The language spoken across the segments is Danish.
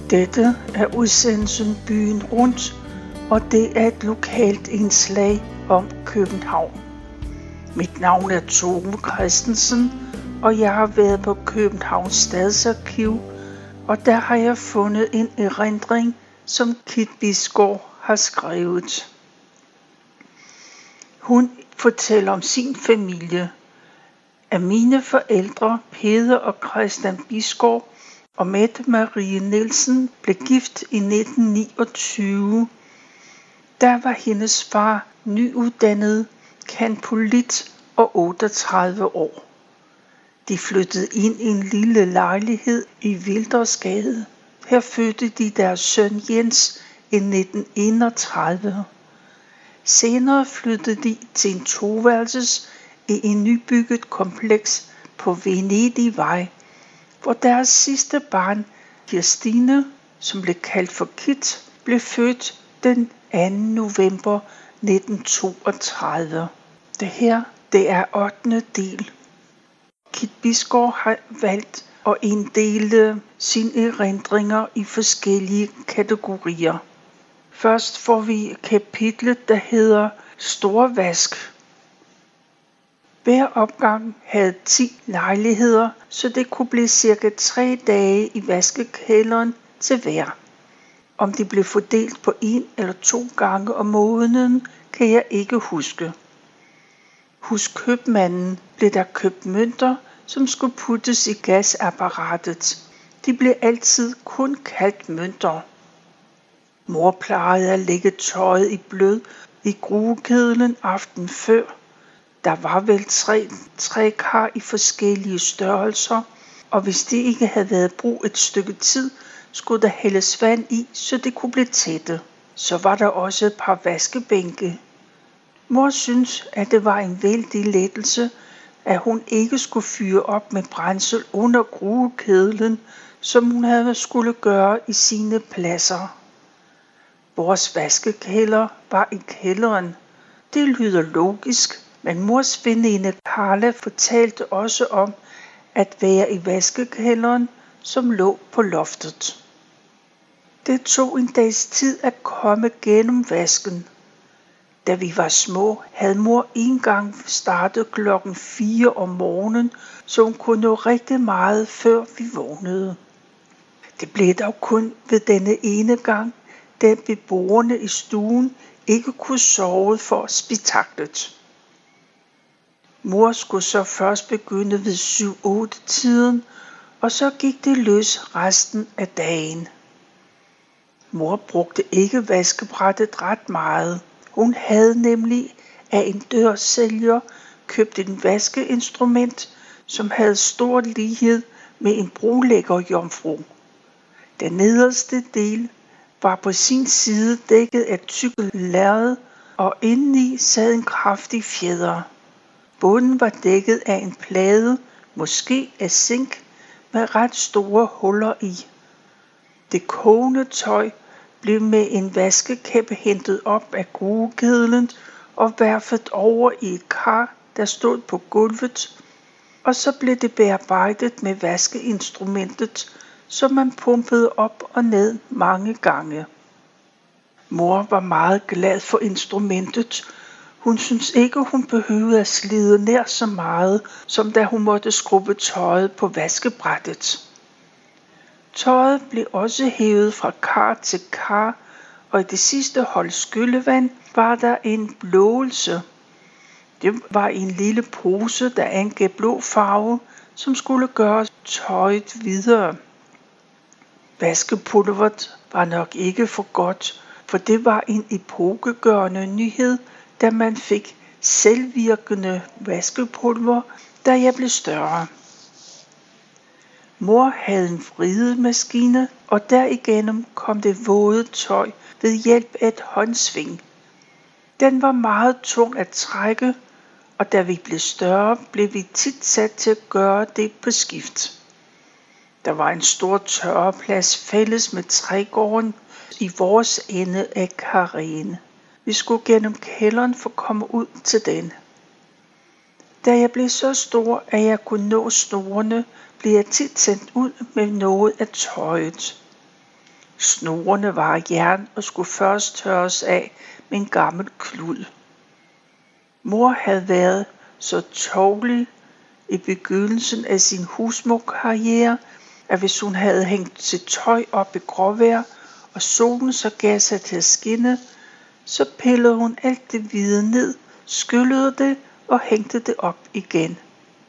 Dette er udsendelsen Byen Rundt, og det er et lokalt indslag om København. Mit navn er Tove Christensen, og jeg har været på Københavns Stadsarkiv, og der har jeg fundet en erindring, som Kit Bisgaard har skrevet. Hun fortæller om sin familie. Af mine forældre, Peder og Christian Bisgaard og Mette Marie Nielsen, blev gift i 1929. Der var hendes far nyuddannet kanpolit og 38 år. De flyttede ind i en lille lejlighed i Wildersgade. Her fødte de deres søn Jens i 1931. Senere flyttede de til en toværelses i en nybygget kompleks på Vendigvej, hvor deres sidste barn, Kirstine, som blev kaldt for Kit, blev født den 2. november 1932. Det er 8. del. Kit Bisgaard har valgt at inddele sine erindringer i forskellige kategorier. Først får vi kapitlet, der hedder Storvask. Hver opgang havde 10 lejligheder, så det kunne blive cirka 3 dage i vaskekælderen til hver. Om de blev fordelt på 1 eller 2 gange om måneden, kan jeg ikke huske. Hos købmanden blev der købt mønter, som skulle puttes i gasapparatet. De blev altid kun kaldt mønter. Mor plejede at lægge tøjet i blød i gruekedlen aften før. Der var vel 3 kar i forskellige størrelser, og hvis det ikke havde været brug et stykke tid, skulle der hældes vand i, så det kunne blive tætte. Så var der også et par vaskebænke. Mor syntes, at det var en vældig lettelse, at hun ikke skulle fyre op med brændsel under gruekedlen, som hun havde skulle gøre i sine pladser. Vores vaskekælder var i kælderen. Det lyder logisk, men mors veninde Carla fortalte også om at være i vaskekælderen, som lå på loftet. Det tog en dags tid at komme gennem vasken. Da vi var små, havde mor engang startet klokken 4 om morgenen, så hun kunne nå rigtig meget, før vi vågnede. Det blev dog kun ved denne ene gang, da beboerne i stuen ikke kunne sove for spektaklet. Mor skulle så først begynde ved 7-8 tiden, og så gik det løs resten af dagen. Mor brugte ikke vaskebrættet ret meget. Hun havde nemlig af en dørsælger købt en vaskeinstrument, som havde stor lighed med en brolæggerjomfru. Den nederste del var på sin side dækket af tykke lærred, og indeni sad en kraftig fjeder. Bunden var dækket af en plade, måske af zink, med ret store huller i. Det kogende tøj blev med en vaskekæppe hentet op af gruekedlen og værfet over i et kar, der stod på gulvet, og så blev det bearbejdet med vaskeinstrumentet, som man pumpede op og ned mange gange. Mor var meget glad for instrumentet. Hun syntes ikke, hun behøvede at slide nær så meget, som da hun måtte skrubbe tøjet på vaskebrættet. Tøjet blev også hævet fra kar til kar, og i det sidste hold skyllevand var der en blåelse. Det var en lille pose, der angav blå farve, som skulle gøre tøjet videre. Vaskepulveret var nok ikke for godt, for det var en epokegørende nyhed, da man fik selvvirkende vaskepulver, da jeg blev større. Mor havde en vridemaskine, og derigennem kom det våde tøj ved hjælp af et håndsving. Den var meget tung at trække, og da vi blev større, blev vi tit sat til at gøre det på skift. Der var en stor tørreplads fælles med trægården i vores ende af karréen. Vi skulle gennem kælderen for at komme ud til den. Da jeg blev så stor, at jeg kunne nå snorene, blev jeg tit sendt ud med noget af tøjet. Snorene var af jern og skulle først tørres af med en gammel klud. Mor havde været så tovlig i begyndelsen af sin husmorkarriere, at hvis hun havde hængt sit tøj op i gråvejr, og solen så gav sig til at skinne, så pillede hun alt det hvide ned, skyllede det og hængte det op igen.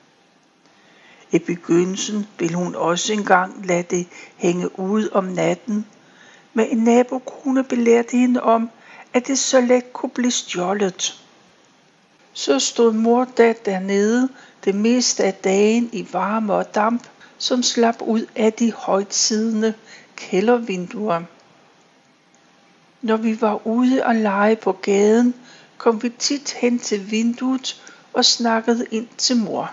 I begyndelsen ville hun også engang lade det hænge ude om natten, men en nabokone belærte hende om, at det så let kunne blive stjålet. Så stod mor dernede det meste af dagen i varme og damp, som slap ud af de højtsidende kældervinduer. Når vi var ude og lege på gaden, kom vi tit hen til vinduet og snakkede ind til mor.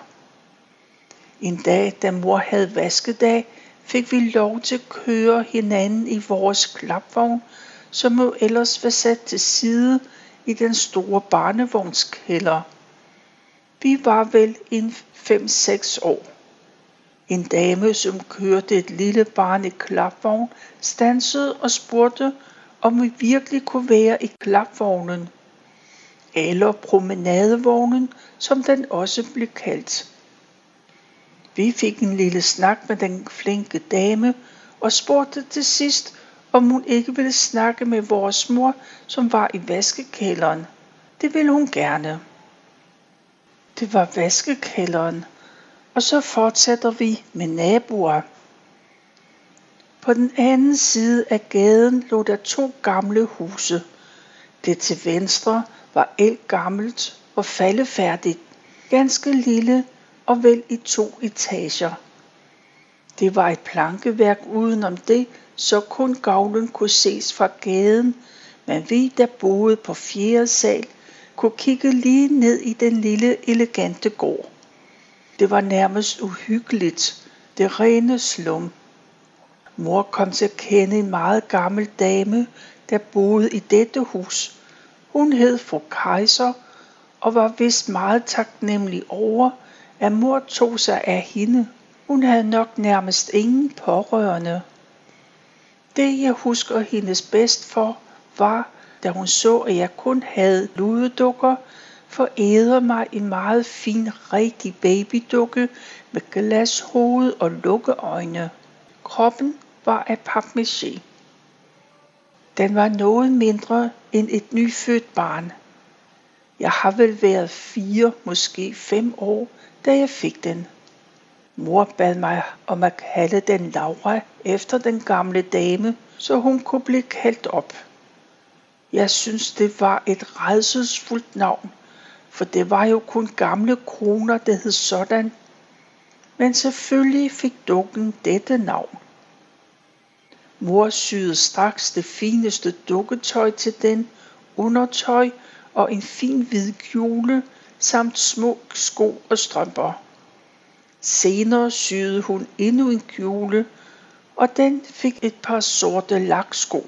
En dag, da mor havde vaskedag, fik vi lov til at køre hinanden i vores klapvogn, som jo ellers var sat til side i den store barnevognskælder. Vi var vel en 5-6 år. En dame, som kørte et lille barn i klapvogn, standsede og spurgte, om vi virkelig kunne være i klapvognen, eller promenadevognen, som den også blev kaldt. Vi fik en lille snak med den flinke dame og spurgte til sidst, om hun ikke ville snakke med vores mor, som var i vaskekælderen. Det ville hun gerne. Det var vaskekælderen, og så fortsætter vi med naboer. På den anden side af gaden lå der 2 gamle huse. Det til venstre var ældgammelt og faldefærdigt, ganske lille og vel i 2 etager. Det var et plankeværk udenom det, så kun gavlen kunne ses fra gaden, men vi, der boede på 4. sal, kunne kigge lige ned i den lille elegante gård. Det var nærmest uhyggeligt, det rene slum. Mor kom til at kende en meget gammel dame, der boede i dette hus. Hun hed fru Kaiser og var vist meget taknemmelig over, at mor tog sig af hende. Hun havde nok nærmest ingen pårørende. Det jeg husker hendes bedst for, var, da hun så, at jeg kun havde ludedukker, forærede mig en meget fin, rigtig babydukke med glashoved og lukkeøjne. Kroppen var af papmaché. Den var noget mindre end et nyfødt barn. Jeg har vel været 4, måske 5 år, da jeg fik den. Mor bad mig om at kalde den Laura efter den gamle dame, så hun kunne blive kaldt op. Jeg synes, det var et rædselsfuldt navn, for det var jo kun gamle koner, der hed sådan. Men selvfølgelig fik dukken dette navn. Mor syede straks det fineste dukketøj til den, undertøj og en fin hvid kjole, samt små sko og strømper. Senere syede hun endnu en kjole, og den fik et par sorte laksko.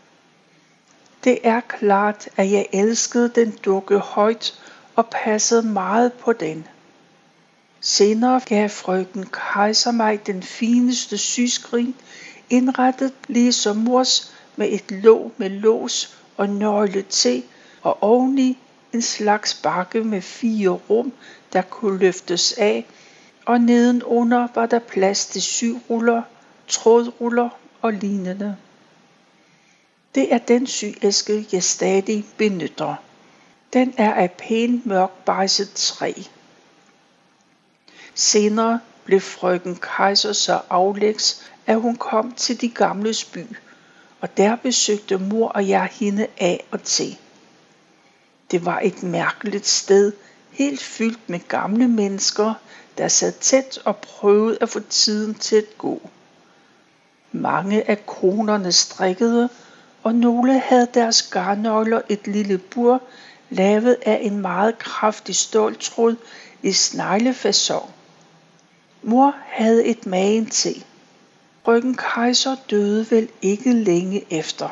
Det er klart, at jeg elskede den dukke højt og passede meget på den. Senere gav frøken Kaiser mig den fineste syskrin, indrettet ligesom mors med et låg med lås og nøgle til, og oveni en slags bakke med 4 rum, der kunne løftes af, og nedenunder var der plads til syruller, trådruller og lignende. Det er den syæske, jeg stadig benytter. Den er af pæn mørkbejset træ. Senere blev frøken Kaiser så aflægs, at hun kom til de gamles by, og der besøgte mor og jeg hende af og til. Det var et mærkeligt sted, helt fyldt med gamle mennesker, der sad tæt og prøvede at få tiden til at gå. Mange af konerne strikkede, og nogle havde deres garnnøgler et lille bur, lavet af en meget kraftig ståltråd i sneglefacon. Mor havde et magen til. Frøken Kaiser døde vel ikke længe efter.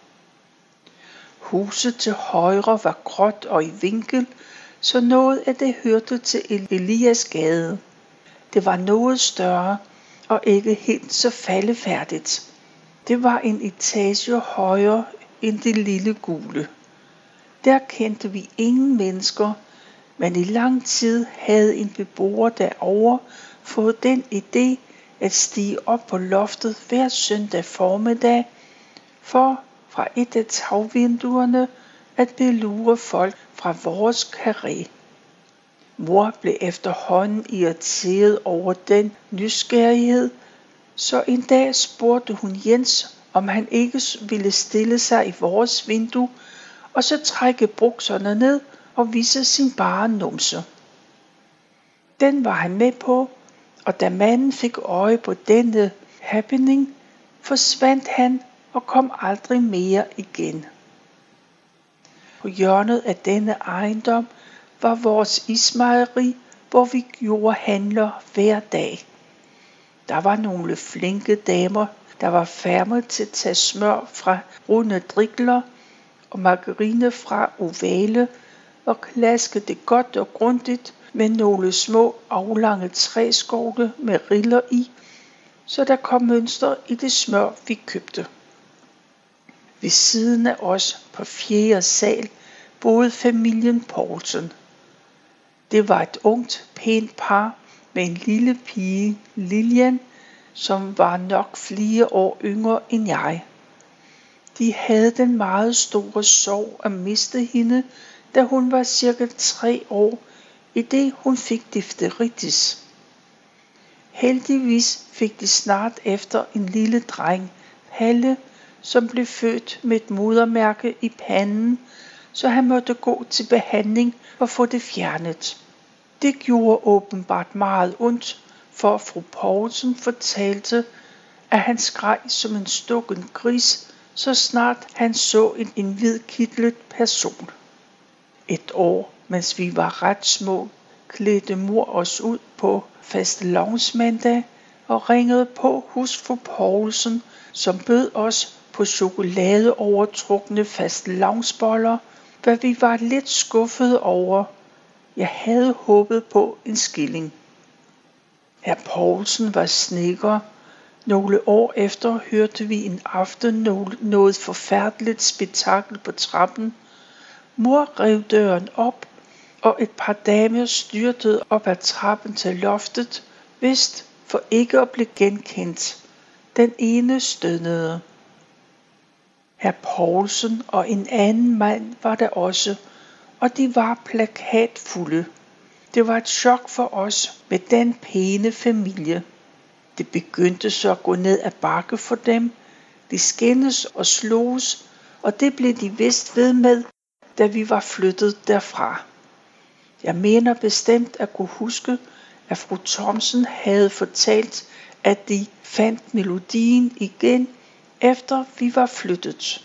Huset til højre var gråt og i vinkel, så noget af det hørte til Eliasgade. Det var noget større og ikke helt så faldefærdigt. Det var en etage højere end det lille gule. Der kendte vi ingen mennesker, men i lang tid havde en beboer derovre fået den idé at stige op på loftet hver søndag formiddag, for fra et af tagvinduerne at belure folk fra vores karré. Mor blev efterhånden irriteret over den nysgerrighed, så en dag spurgte hun Jens, om han ikke ville stille sig i vores vindue, og så trække bukserne ned og vise sin bare numse. Den var han med på, og da manden fik øje på denne happening, forsvandt han og kom aldrig mere igen. På hjørnet af denne ejendom var vores ismejeri, hvor vi gjorde handler hver dag. Der var nogle flinke damer, der var færdige til at tage smør fra runde drikler og margarine fra ovale og klaske det godt og grundigt med nogle små aflange træskåle med riller i, så der kom mønster i det smør, vi købte. Ved siden af os på 4. sal boede familien Poulsen. Det var et ungt, pænt par med en lille pige, Lilian, som var nok flere år yngre end jeg. De havde den meget store sorg at miste hende, da hun var cirka 3 år, i det hun fik difteritis. Heldigvis fik de snart efter en lille dreng, Palle, som blev født med et modermærke i panden, så han måtte gå til behandling og få det fjernet. Det gjorde åbenbart meget ondt, for fru Poulsen fortalte, at han skreg som en stukken gris, så snart han så en hvidkitlet person. Et år, mens vi var ret små, klædte mor os ud på fastelavnsmandag og ringede på hos fru Poulsen, som bød os på chokoladeovertrukne fastelavnsboller, hvad vi var lidt skuffede over. Jeg havde håbet på en skilling. Hr. Poulsen var snedker. Nogle år efter hørte vi en aften noget forfærdeligt spektakel på trappen. Mor rev døren op, og et par damer styrtede op ad trappen til loftet, vist for ikke at blive genkendt. Den ene stønnede. Hr. Poulsen og en anden mand var der også, og de var plakatfulde. Det var et chok for os med den pæne familie. Det begyndte så at gå ned ad bakke for dem. De skændes og sloges, og det blev de vist ved med, da vi var flyttet derfra. Jeg mener bestemt at kunne huske, at fru Thomsen havde fortalt, at de fandt melodien igen, efter vi var flyttet.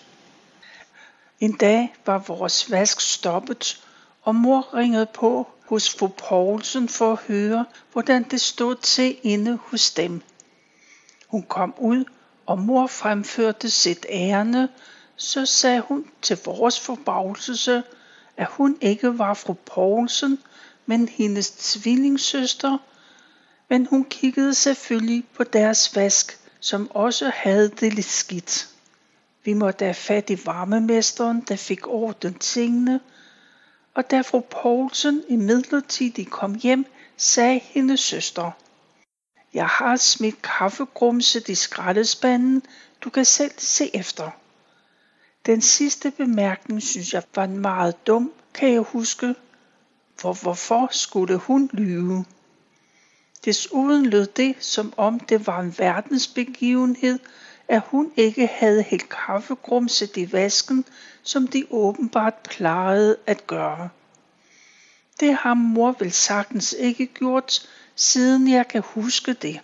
En dag var vores vask stoppet, og mor ringede på hos fru Poulsen for at høre, hvordan det stod til inde hos dem. Hun kom ud, og mor fremførte sit ærinde, så sagde hun til vores forbavselse, at hun ikke var fru Poulsen, men hendes tvillingssøster, men hun kiggede selvfølgelig på deres vask, som også havde det lidt skidt. Vi måtte have fat i varmemesteren, der fik ordnet tingene, og da fru Poulsen imidlertid kom hjem, sagde hendes søster: Jeg har smidt kaffegrumset i skraldespanden, du kan selv se efter. Den sidste bemærkning synes jeg var meget dum, kan jeg huske, for hvorfor skulle hun lyve? Desuden lød det, som om det var en verdensbegivenhed, at hun ikke havde hældt kaffegrumset i vasken, som de åbenbart plejede at gøre. Det har mor vel sagtens ikke gjort, siden jeg kan huske det.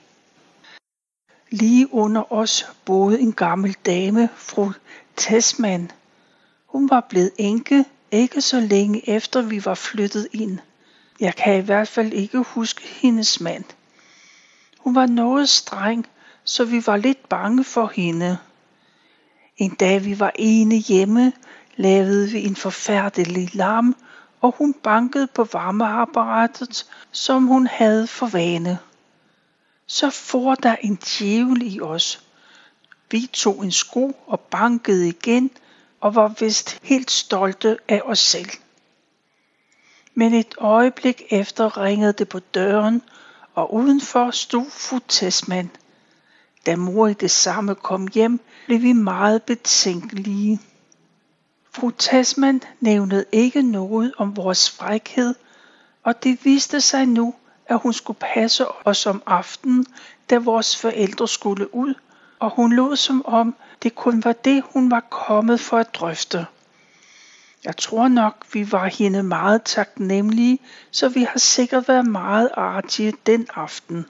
Lige under os boede en gammel dame, fru Tesman. Hun var blevet enke, ikke så længe efter vi var flyttet ind. Jeg kan i hvert fald ikke huske hendes mand. Hun var noget streng, så vi var lidt bange for hende. En dag vi var ene hjemme, lavede vi en forfærdelig larm, og hun bankede på varmeapparatet, som hun havde for vane. Så for der en djævel i os. Vi tog en sko og bankede igen og var vist helt stolte af os selv. Men et øjeblik efter ringede det på døren, og udenfor stod fru Tesman. Da mor i det samme kom hjem, blev vi meget betænkelige. Fru Tesman nævnede ikke noget om vores frækhed, og det viste sig nu, at hun skulle passe os om aftenen, da vores forældre skulle ud, og hun lod som om, det kun var det, hun var kommet for at drøfte. Jeg tror nok, vi var hende meget taknemmelige, så vi har sikkert været meget artige den aften.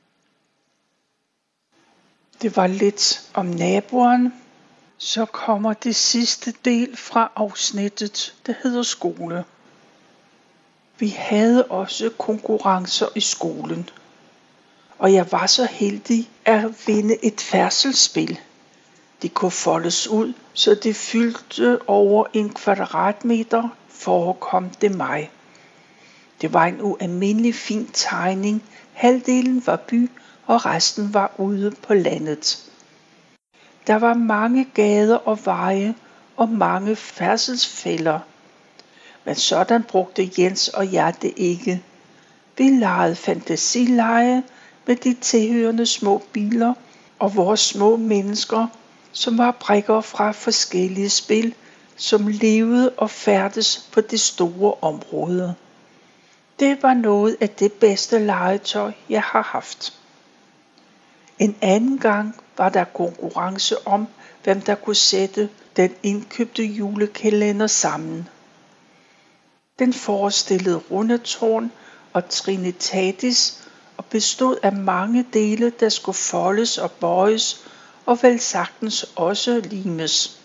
Det var lidt om naboen. Så kommer det sidste del fra afsnittet, der hedder skole. Vi havde også konkurrencer i skolen, og jeg var så heldig at vinde et færdselsspil. De kunne foldes ud, så det fyldte over 1 kvadratmeter, forekom det mig. Det var en ualmindelig fin tegning. Halvdelen var by, og resten var ude på landet. Der var mange gader og veje og mange færdselsfælder. Men sådan brugte Jens og jeg det ikke. Vi legede fantasileje med de tilhørende små biler og vores små mennesker, som var brikker fra forskellige spil, som levede og færdes på det store område. Det var noget af det bedste legetøj, jeg har haft. En anden gang var der konkurrence om, hvem der kunne sætte den indkøbte julekalender sammen. Den forestillede Rundetårn og Trinitatis og bestod af mange dele, der skulle foldes og bøjes og vel sagtens også limes.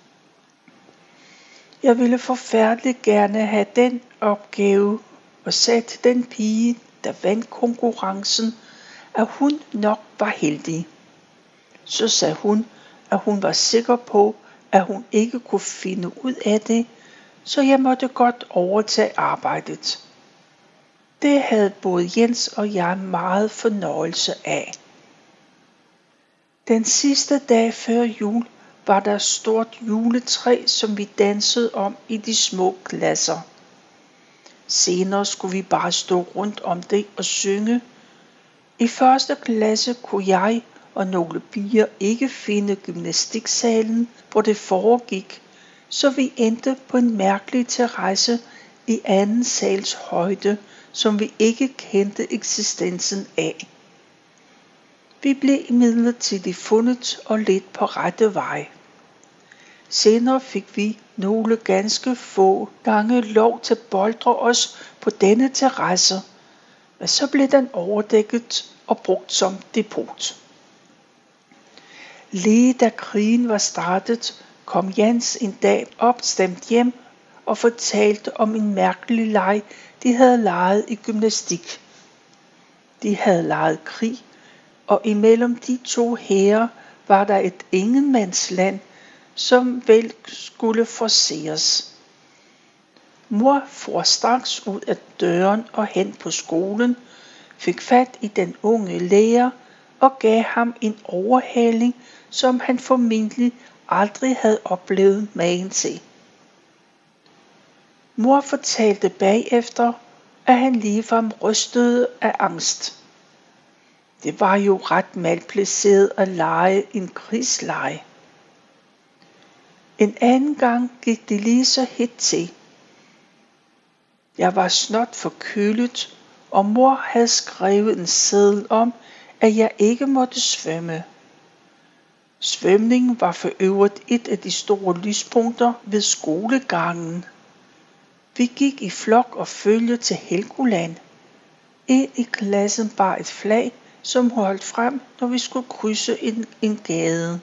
Jeg ville forfærdeligt gerne have den opgave og sagde til den pige, der vandt konkurrencen, at hun nok var heldig. Så sagde hun, at hun var sikker på, at hun ikke kunne finde ud af det, så jeg måtte godt overtage arbejdet. Det havde både Jens og jeg meget fornøjelse af. Den sidste dag før jul var der et stort juletræ, som vi dansede om i de små klasser. Senere skulle vi bare stå rundt om det og synge. I første klasse kunne jeg og nogle piger ikke finde gymnastiksalen, hvor det foregik, så vi endte på en mærkelig terrasse i anden sals højde, som vi ikke kendte eksistensen af. Vi blev imidlertid fundet og lidt på rette vej. Senere fik vi nogle ganske få gange lov til at boldre os på denne terrasse, men så blev den overdækket og brugt som depot. Lige da krigen var startet, kom Jens en dag opstemt hjem og fortalte om en mærkelig leg, de havde leget i gymnastik. De havde leget krig, og imellem de to hære var der et ingenmandsland, som vel skulle forceres. Mor for straks ud af døren og hen på skolen, fik fat i den unge lærer og gav ham en overhaling, som han formentlig aldrig havde oplevet magen til. Mor fortalte bagefter, at han ligefrem rystede af angst. Det var jo ret malplaceret at lege en krigsleje. En anden gang gik det lige så hit til. Jeg var snot forkølet, og mor havde skrevet en seddel om, at jeg ikke måtte svømme. Svømning var for øvrigt et af de store lyspunkter ved skolegangen. Vi gik i flok og følge til Helgoland. En i klassen bar et flag, som holdt frem, når vi skulle krydse en gade.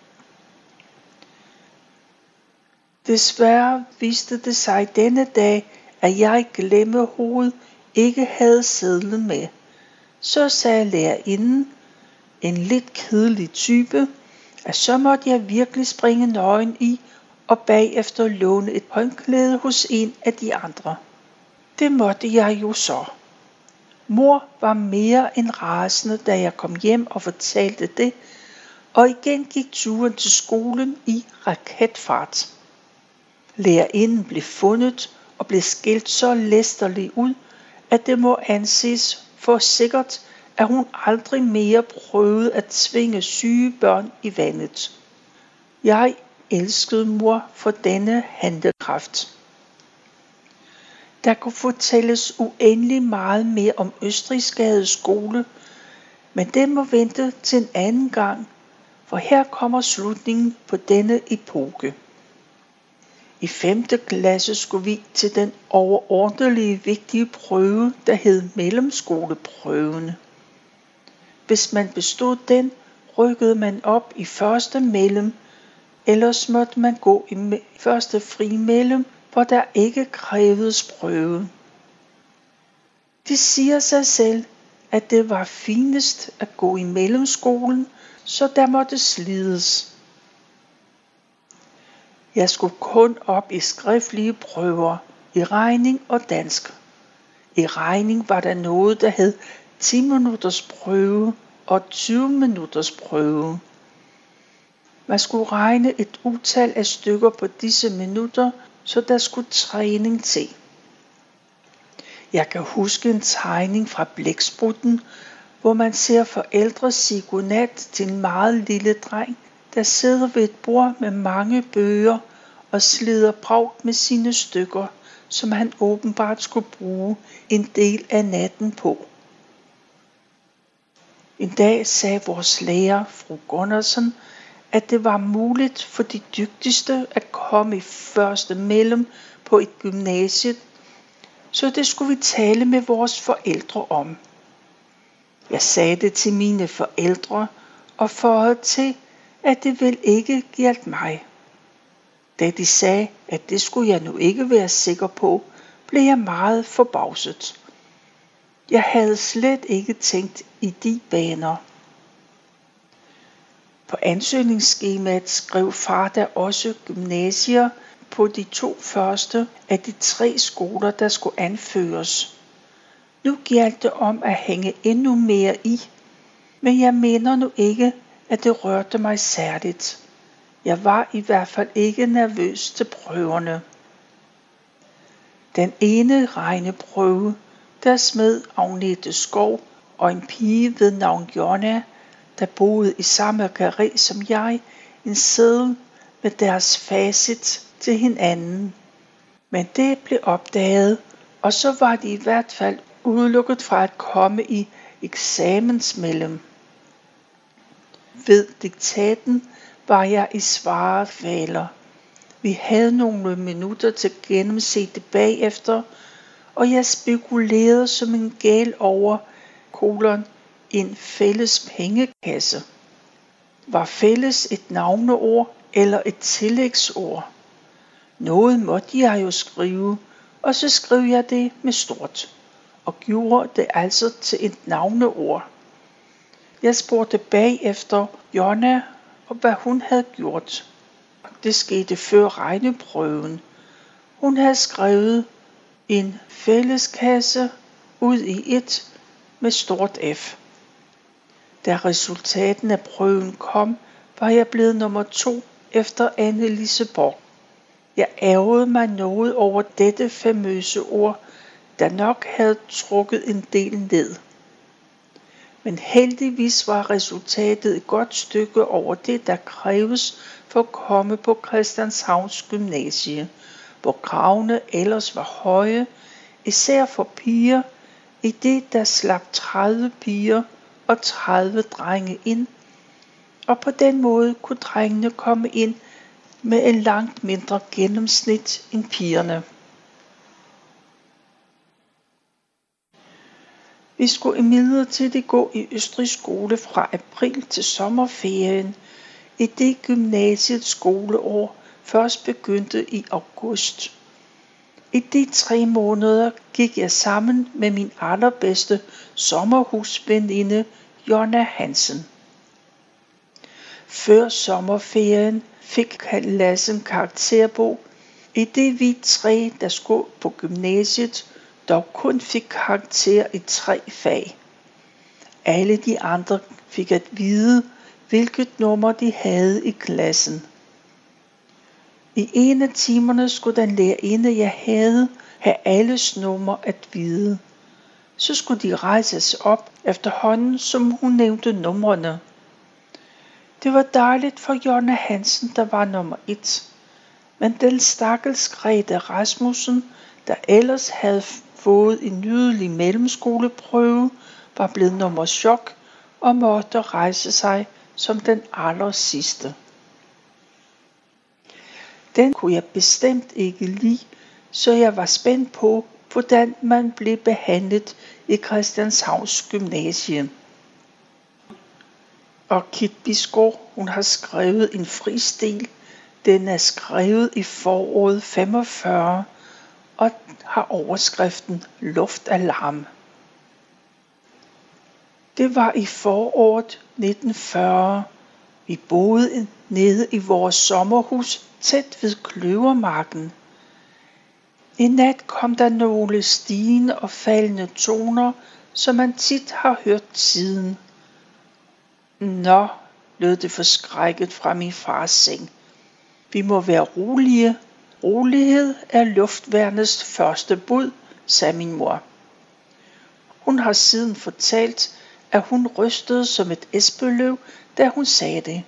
Desværre viste det sig denne dag, at jeg glemmehovedet ikke havde sedlen med. Så sagde lærerinden, en lidt kedelig type, at så måtte jeg virkelig springe nøgen i og bagefter låne et håndklæde hos en af de andre. Det måtte jeg jo så. Mor var mere end rasende, da jeg kom hjem og fortalte det, og igen gik turen til skolen i raketfart. Lærerinden blev fundet og blev skældt så læsterligt ud, at det må anses for sikkert, at hun aldrig mere prøvede at tvinge syge børn i vandet. Jeg elskede mor for denne handlekraft. Der kunne fortælles uendelig meget mere om Østrigsgade skole, men det må vente til en anden gang, for her kommer slutningen på denne epoke. I 5. klasse skulle vi til den overordentlige vigtige prøve, der hed mellemskoleprøven. Hvis man bestod den, rykkede man op i første mellem, ellers måtte man gå i første fri mellem, hvor der ikke krævedes prøve. Det siger sig selv, at det var finest at gå i mellemskolen, så der måtte slides. Jeg skulle kun op i skriftlige prøver, i regning og dansk. I regning var der noget, der hed 10 minutters prøve og 20 minutters prøve. Man skulle regne et utal af stykker på disse minutter, så der skulle træning til. Jeg kan huske en tegning fra Blæksprutten, hvor man ser forældre sige godnat til en meget lille dreng, der sidder ved et bord med mange bøger og slider bragt med sine stykker, som han åbenbart skulle bruge en del af natten på. En dag sagde vores lærer, fru Gundersen, at det var muligt for de dygtigste at komme i første mellem på et gymnasie, så det skulle vi tale med vores forældre om. Jeg sagde det til mine forældre og føjede til, at det vel ikke gjaldt mig. Da de sagde, at det skulle jeg nu ikke være sikker på, blev jeg meget forbavset. Jeg havde slet ikke tænkt i de baner. På ansøgningsskemaet skrev far der også gymnasier på de 2 første af de 3 skoler, der skulle anføres. Nu gjaldt det om at hænge endnu mere i, men jeg mener nu ikke, at det rørte mig særligt. Jeg var i hvert fald ikke nervøs til prøverne. Den ene regneprøve, der smed Agnete Skov og en pige ved navn Jonna, der boede i samme karré som jeg, en seddel med deres facit til hinanden. Men det blev opdaget, og så var de i hvert fald udelukket fra at komme i eksamensmellem. Ved diktaten var jeg i svarefaler. Vi havde nogle minutter til at gennemse det bagefter, og jeg spekulerede som en gal over en fælles pengekasse. Var fælles et navneord eller et tillægsord? Noget måtte jeg jo skrive, og så skrev jeg det med stort, og gjorde det altså til et navneord. Jeg spurgte bagefter Jonna, og hvad hun havde gjort. Det skete før regneprøven. Hun havde skrevet en fælleskasse ud i et med stort F. Da resultaten af prøven kom, var jeg blevet nummer 2 efter Anne-Lise Borg. Jeg ærgede mig noget over dette famøse ord, der nok havde trukket en del ned. Men heldigvis var resultatet et godt stykke over det, der kræves for at komme på Christianshavns Gymnasie, hvor kravene ellers var høje, især for piger, i det der slap 30 piger og 30 drenge ind, og på den måde kunne drengene komme ind med en langt mindre gennemsnit end pigerne. Vi skulle imidlertid gå i Østrigs skole fra april til sommerferien, i det gymnasiets skoleår først begyndte i august. I de 3 måneder gik jeg sammen med min allerbedste sommerhusveninde Jonna Hansen. Før sommerferien fik klassen karakterbog, i det vi 3, der skulle på gymnasiet, dog kun fik karakter i 3 fag. Alle de andre fik at vide, hvilket nummer de havde i klassen. I en af timerne skulle den lærerinde, jeg havde, have alles nummer at vide. Så skulle de rejses op efterhånden, som hun nævnte numrene. Det var dejligt for Jonna Hansen, der var nummer 1. Men den stakkels Grete Rasmussen, der ellers havde fået en nydelig mellemskoleprøve, var blevet nummer chok og måtte rejse sig som den aller sidste. Den kunne jeg bestemt ikke lide, så jeg var spændt på, hvordan man blev behandlet i Christianshavns Gymnasium. Og Kit Bisgaard, hun har skrevet en fristil. Den er skrevet i foråret 45 og har overskriften Luftalarm. Det var i foråret 1940. Vi boede nede i vores sommerhus tæt ved Kløvermarken. En nat kom der nogle stigende og faldende toner, som man tit har hørt siden. Nå, lød det forskrækket fra min fars seng. Vi må være rolige. Rolighed er luftværnets første bud, sagde min mor. Hun har siden fortalt, at hun rystede som et esbeløv, da hun sagde det.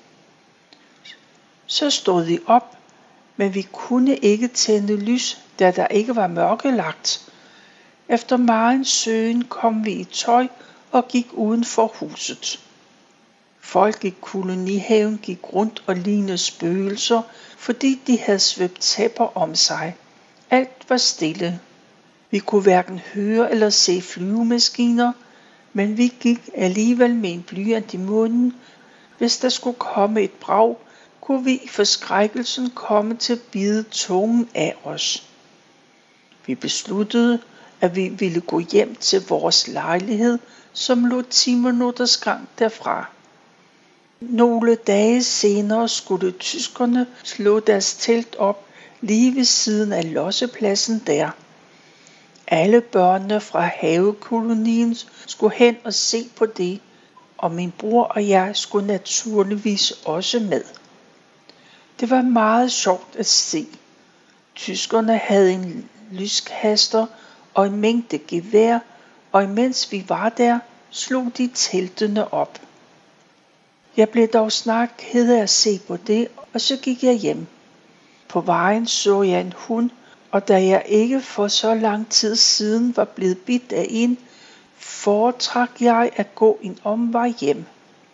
Så stod vi op, men vi kunne ikke tænde lys, da der ikke var mørkelagt. Efter megen søgen kom vi i tøj og gik uden for huset. Folk i kolonihaven gik rundt og lignede spøgelser, fordi de havde svøbt tæpper om sig. Alt var stille. Vi kunne hverken høre eller se flyvemaskiner, men vi gik alligevel med en blyant i munden. Hvis der skulle komme et brag, kunne vi i forskrækkelsen komme til at bide tungen af os. Vi besluttede, at vi ville gå hjem til vores lejlighed, som lå 10 minutters gang derfra. Nogle dage senere skulle tyskerne slå deres telt op lige ved siden af lossepladsen der. Alle børnene fra havekolonien skulle hen og se på det, og min bror og jeg skulle naturligvis også med. Det var meget sjovt at se. Tyskerne havde en lyskaster og en mængde gevær, og imens vi var der, slog de teltene op. Jeg blev dog snart ked af at se på det, og så gik jeg hjem. På vejen så jeg en hund, og da jeg ikke for så lang tid siden var blevet bidt af en, foretrak jeg at gå en omvej hjem.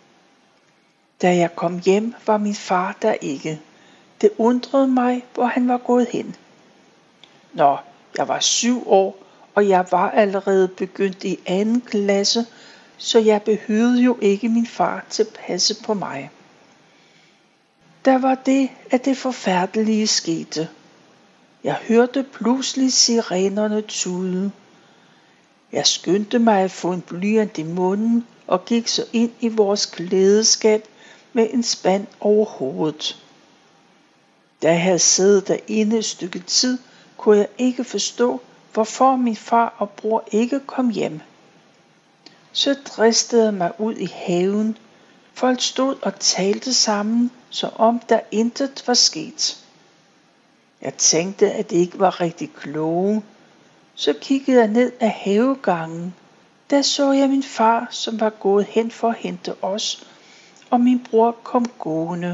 Da jeg kom hjem, var min far der ikke. Det undrede mig, hvor han var gået hen. Nå, jeg var 7 år, og jeg var allerede begyndt i 2. klasse, så jeg behøvede jo ikke min far til at passe på mig. Der var det, at det forfærdelige skete. Jeg hørte pludselig sirenerne tude. Jeg skyndte mig at få en blyant i munden og gik så ind i vores klædeskab med en spand over hovedet. Da jeg havde siddet derinde et stykke tid, kunne jeg ikke forstå, hvorfor min far og bror ikke kom hjem. Så dristede jeg mig ud i haven. Folk stod og talte sammen, som om der intet var sket. Jeg tænkte, at det ikke var rigtig kloge. Så kiggede jeg ned ad havegangen. Der så jeg min far, som var gået hen for at hente os, og min bror kom gående.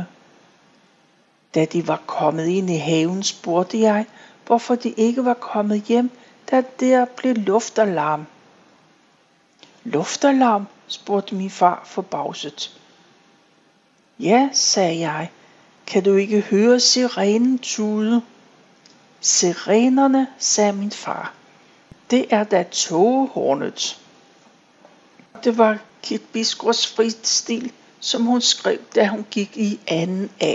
Da de var kommet ind i haven, spurgte jeg, hvorfor de ikke var kommet hjem, da der blev luftalarm. Luftalarm? Spurgte min far forbavset. Ja, sagde jeg. Kan du ikke høre sirenen tude? Sirenerne, sagde min far. Det er da tågehornet. Det var Kit Bisgaards fristil, som hun skrev, da hun gik i 2. A.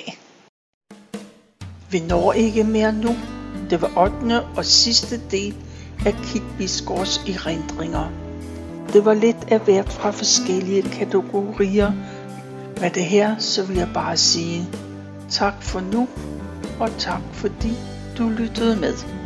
Vi når ikke mere nu. Det var 8. og sidste del af Kit Bisgaards erindringer. Det var lidt af hvert fra forskellige kategorier. Med det her, så vil jeg bare sige tak for nu, og tak fordi du lyttede med.